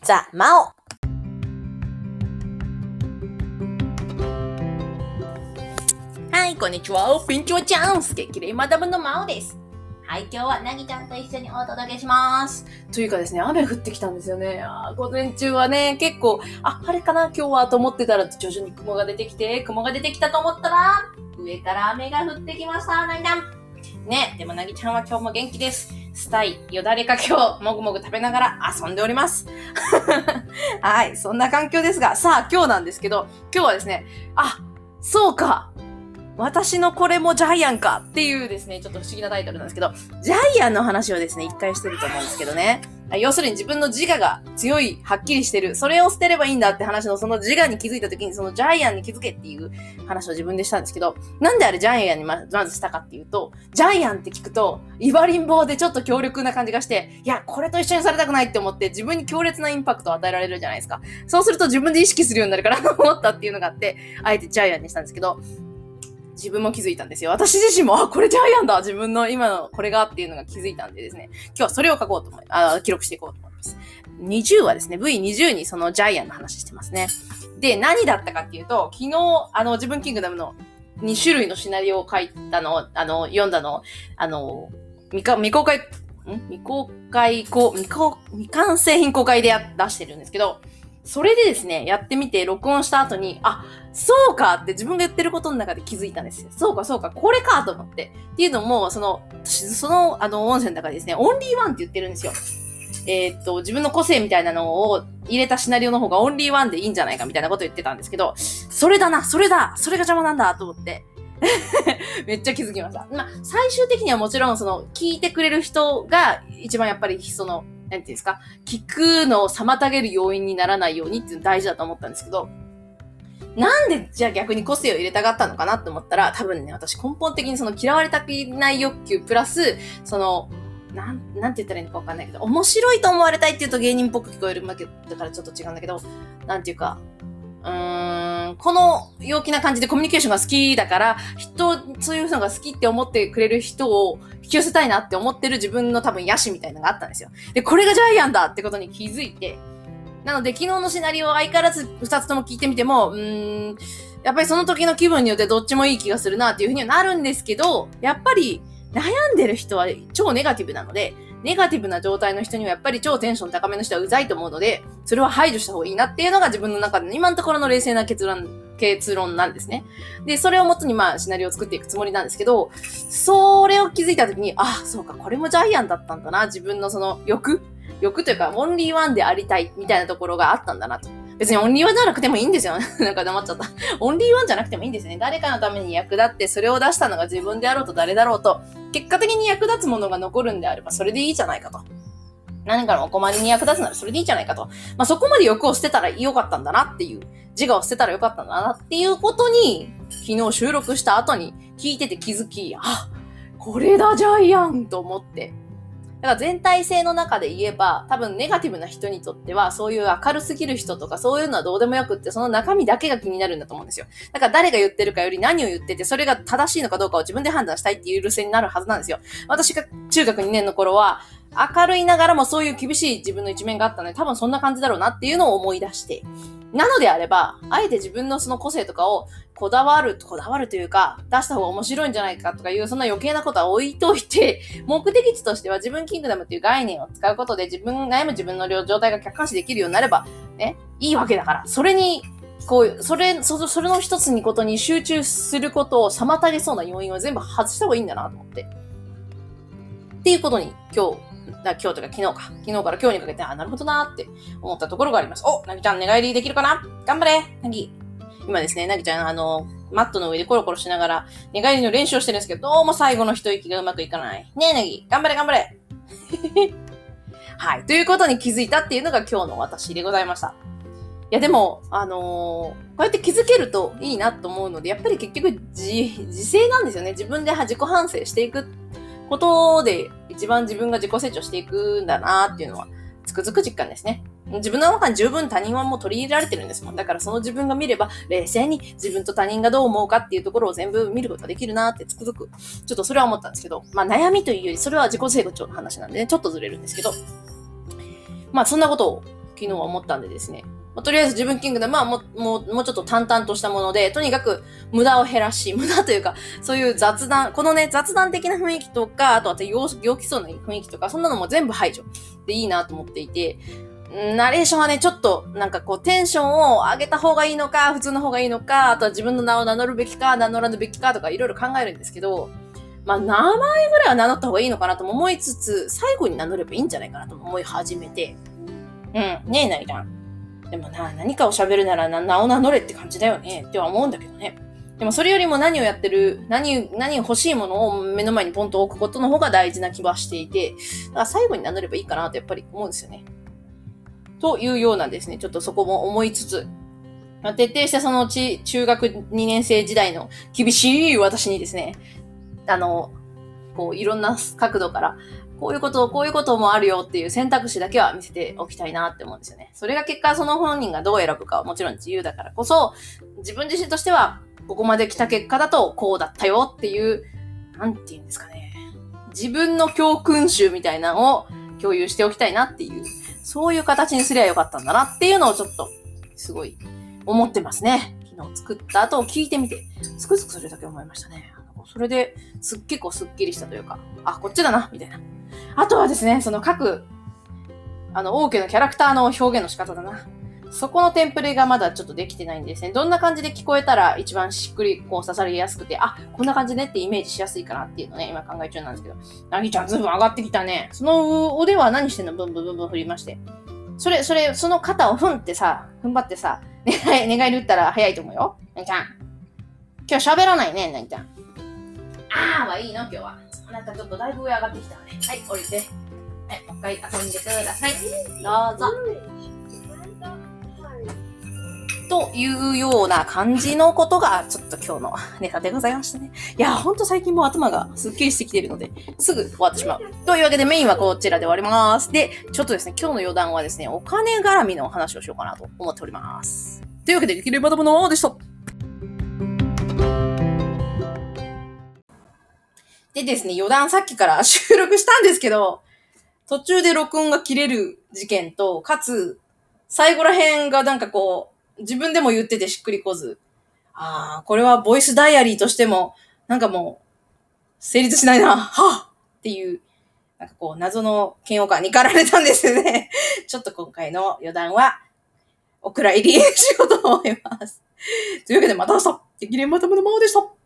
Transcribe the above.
ザ・マオ。はい、こんにちは。ピンチョチャンス激励マダムのマオです。はい、今日はなぎちゃんと一緒にお届けします。というかですね、雨降ってきたんですよね。午前中はね、結構、晴れかな今日はと思ってたら、徐々に雲が出てきたと思ったら、上から雨が降ってきました、なぎちゃん。ね、でもなぎちゃんは今日も元気です。スタイ、よだれかけをもぐもぐ食べながら遊んでおります。はい、そんな環境ですが、さあ今日なんですけど、今日はですね、そうか私のこれもジャイアンかっていうですね、ちょっと不思議なタイトルなんですけど、ジャイアンの話をですね、一回してると思うんですけどね。要するに自分の自我が強い、はっきりしてる。それを捨てればいいんだって話のその自我に気づいた時にそのジャイアンに気づけっていう話を自分でしたんですけど、なんであれジャイアンにまずしたかっていうと、ジャイアンって聞くと、イバリンボーでちょっと強力な感じがして、いや、これと一緒にされたくないって思って自分に強烈なインパクトを与えられるじゃないですか。そうすると自分で意識するようになるからと思ったっていうのがあって、あえてジャイアンにしたんですけど、自分も気づいたんですよ。私自身も、これジャイアンだ自分の今のこれがっていうのが気づいたんでですね、今日はそれを書こうと思い、記録していこうと思います。20はですね、V20 にそのジャイアンの話してますね。で、何だったかっていうと、昨日、自分キングダムの2種類のシナリオを書いたのを、読んだのを、未完成品公開で出してるんですけど、それでですね、やってみて録音した後に、そうかって自分が言ってることの中で気づいたんですよ。そうか、これかと思って。っていうのも、私音声の中でですね、オンリーワンって言ってるんですよ。自分の個性みたいなのを入れたシナリオの方がオンリーワンでいいんじゃないかみたいなことを言ってたんですけど、それが邪魔なんだと思って。めっちゃ気づきました。最終的にはもちろん、聞いてくれる人が一番やっぱり、なんていうんですか、聞くのを妨げる要因にならないようにっていうの大事だと思ったんですけど、なんでじゃあ逆に個性を入れたかったのかなって思ったら、多分ね、私根本的に嫌われたくない欲求プラス、なんて言ったらいいのかわかんないけど、面白いと思われたいって言うと芸人っぽく聞こえるわけだからちょっと違うんだけど、なんていうか、この陽気な感じでコミュニケーションが好きだから、そういうのが好きって思ってくれる人を引き寄せたいなって思ってる自分の多分野心みたいなのがあったんですよ。で、これがジャイアンだってことに気づいて、なので昨日のシナリオを相変わらず2つとも聞いてみても、やっぱりその時の気分によってどっちもいい気がするなっていう風にはなるんですけど、やっぱり悩んでる人は超ネガティブなので、ネガティブな状態の人にはやっぱり超テンション高めの人はうざいと思うので、それは排除した方がいいなっていうのが自分の中での今のところの冷静な結論なんですね。で、それをもとにシナリオを作っていくつもりなんですけど、それを気づいた時に、そうか、これもジャイアンだったんだな、自分の欲というか、オンリーワンでありたいみたいなところがあったんだなと。別にオンリーワンじゃなくてもいいんですよ。なんか黙っちゃった。オンリーワンじゃなくてもいいんですね。誰かのために役立って、それを出したのが自分であろうと誰だろうと、結果的に役立つものが残るんであれば、それでいいじゃないかと。何かのお困りに役立つならそれでいいじゃないかと。そこまで欲を捨てたらよかったんだなっていう、自我を捨てたらよかったんだなっていうことに、昨日収録した後に聞いてて気づき、これだジャイアンと思って。だから全体性の中で言えば、多分ネガティブな人にとっては、そういう明るすぎる人とかそういうのはどうでもよくって、その中身だけが気になるんだと思うんですよ。だから誰が言ってるかより何を言ってて、それが正しいのかどうかを自分で判断したいっていう路線になるはずなんですよ。私が中学2年の頃は、明るいながらもそういう厳しい自分の一面があったので、多分そんな感じだろうなっていうのを思い出して。なのであれば、あえて自分のその個性とかをこだわるというか、出した方が面白いんじゃないかとかいう、そんな余計なことは置いといて、目的地としては自分キングダムっていう概念を使うことで自分の状態が客観視できるようになれば、ね、いいわけだから。それに、それの一つにことに集中することを妨げそうな要因を全部外した方がいいんだなと思って。っていうことに、今日とか昨日から今日にかけて、なるほどなーって思ったところがあります。なぎちゃん寝返りできるかな？頑張れなぎ。今ですね、なぎちゃんマットの上でコロコロしながら寝返りの練習をしてるんですけど、どうも最後の一息がうまくいかない。ねえなぎ、頑張れはい。ということに気づいたっていうのが今日の私でございました。いやでも、こうやって気づけるといいなと思うので、やっぱり結局自制なんですよね。自分で自己反省していくことで一番自分が自己成長していくんだなっていうのはつくづく実感ですね。自分の中に十分他人はもう取り入れられてるんですもん。だからその自分が見れば冷静に自分と他人がどう思うかっていうところを全部見ることができるなってつくづくちょっとそれは思ったんですけど、悩みというよりそれは自己成長の話なんでね、ちょっとずれるんですけど、そんなことを昨昨日は思ったんでですね。とりあえず自分キングで、もうちょっと淡々としたもので、とにかく無駄を減らし、無駄というか、そういう雑談、このね、雑談的な雰囲気とか、あとは陽気そうな雰囲気とか、そんなのも全部排除でいいなと思っていて、ナレーションはね、ちょっと、なんかこう、テンションを上げた方がいいのか、普通の方がいいのか、あとは自分の名を名乗るべきか、名乗らぬべきかとか、いろいろ考えるんですけど、名前ぐらいは名乗った方がいいのかなとも思いつつ、最後に名乗ればいいんじゃないかなと思い始めて、ねえ、なりたん。でも何かを喋るなら名を名乗れって感じだよね、っては思うんだけどね。でもそれよりも何をやってる、何欲しいものを目の前にポンと置くことの方が大事な気はしていて、だから最後に名乗ればいいかなとやっぱり思うんですよね。というようなんですね。ちょっとそこも思いつつ、徹底してその中学2年生時代の厳しい私にですね、こういろんな角度から、こういうこともあるよっていう選択肢だけは見せておきたいなって思うんですよね。それが結果その本人がどう選ぶかはもちろん自由だからこそ、自分自身としては、ここまで来た結果だとこうだったよっていう、なんていうんですかね。自分の教訓集みたいなのを共有しておきたいなっていう、そういう形にすりゃよかったんだなっていうのをちょっと、すごい思ってますね。昨日作った後を聞いてみて、つくづくそれだけ思いましたね。それで、結構スッキリしたというか、こっちだな、みたいな。あとはですね、その各、王家のキャラクターの表現の仕方だな。そこのテンプレがまだちょっとできてないんですね。どんな感じで聞こえたら一番しっくりこう刺されやすくて、こんな感じねってイメージしやすいかなっていうのね、今考え中なんですけど。なぎちゃんずいぶん上がってきたね。その腕は何してんの？ブンブンブンブン振りまして。その肩を踏ん張ってさ、願いに打ったら早いと思うよ。なぎちゃん。今日喋らないね、なぎちゃん。はいいの今日は。なんかちょっとだいぶ上上がってきたのね。はい、降りて。はい、もう一回遊んでください。どうぞ。というような感じのことが、ちょっと今日のネタでございましたね。いや、ほんと最近もう頭がスッキリしてきているので、すぐ終わってしまう。というわけでメインはこちらで終わります。で、ちょっとですね、今日の余談はですね、お金絡みの話をしようかなと思っております。というわけで、激励マダムのままでした。でですね、余談さっきから収録したんですけど、途中で録音が切れる事件と、かつ、最後ら辺がなんかこう、自分でも言っててしっくりこず、これはボイスダイアリーとしても、なんかもう、成立しないな、はぁっていう、なんかこう、謎の嫌悪感に駆られたんですよね。ちょっと今回の余談は、お蔵入りしようと思います。というわけでまた明日、激励またまのままでした。